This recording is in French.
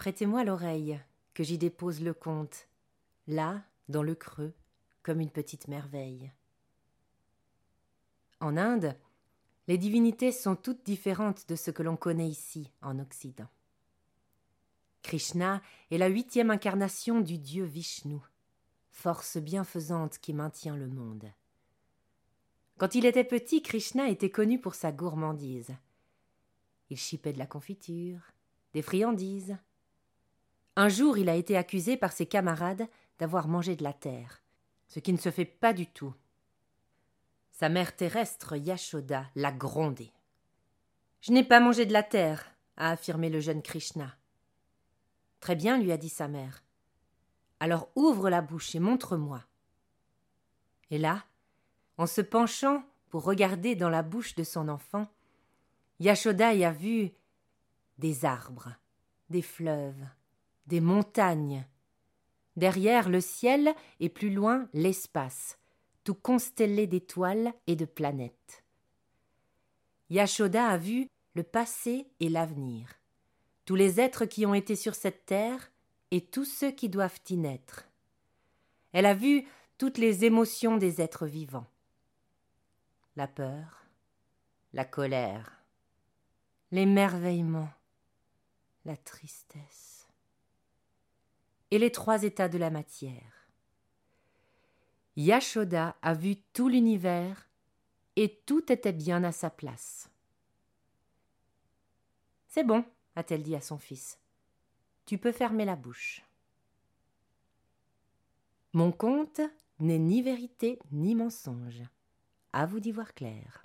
Prêtez-moi l'oreille, que j'y dépose le conte, là, dans le creux, comme une petite merveille. En Inde, les divinités sont toutes différentes de ce que l'on connaît ici, en Occident. Krishna est la 8e incarnation du dieu Vishnu, force bienfaisante qui maintient le monde. Quand il était petit, Krishna était connu pour sa gourmandise. Il chipait de la confiture, des friandises. Un jour, il a été accusé par ses camarades d'avoir mangé de la terre, ce qui ne se fait pas du tout. Sa mère terrestre, Yashoda, l'a grondé. « Je n'ai pas mangé de la terre », a affirmé le jeune Krishna. « Très bien, lui a dit sa mère. Alors ouvre la bouche et montre-moi. » Et là, en se penchant pour regarder dans la bouche de son enfant, Yashoda y a vu des arbres, des fleuves, des montagnes. Derrière, le ciel et plus loin, l'espace, tout constellé d'étoiles et de planètes. Yashoda a vu le passé et l'avenir, tous les êtres qui ont été sur cette terre et tous ceux qui doivent y naître. Elle a vu toutes les émotions des êtres vivants. La peur, la colère, l'émerveillement, la tristesse et les 3 états de la matière. Yashoda a vu tout l'univers et tout était bien à sa place. « C'est bon, a-t-elle dit à son fils. Tu peux fermer la bouche. » Mon conte n'est ni vérité ni mensonge. À vous d'y voir clair.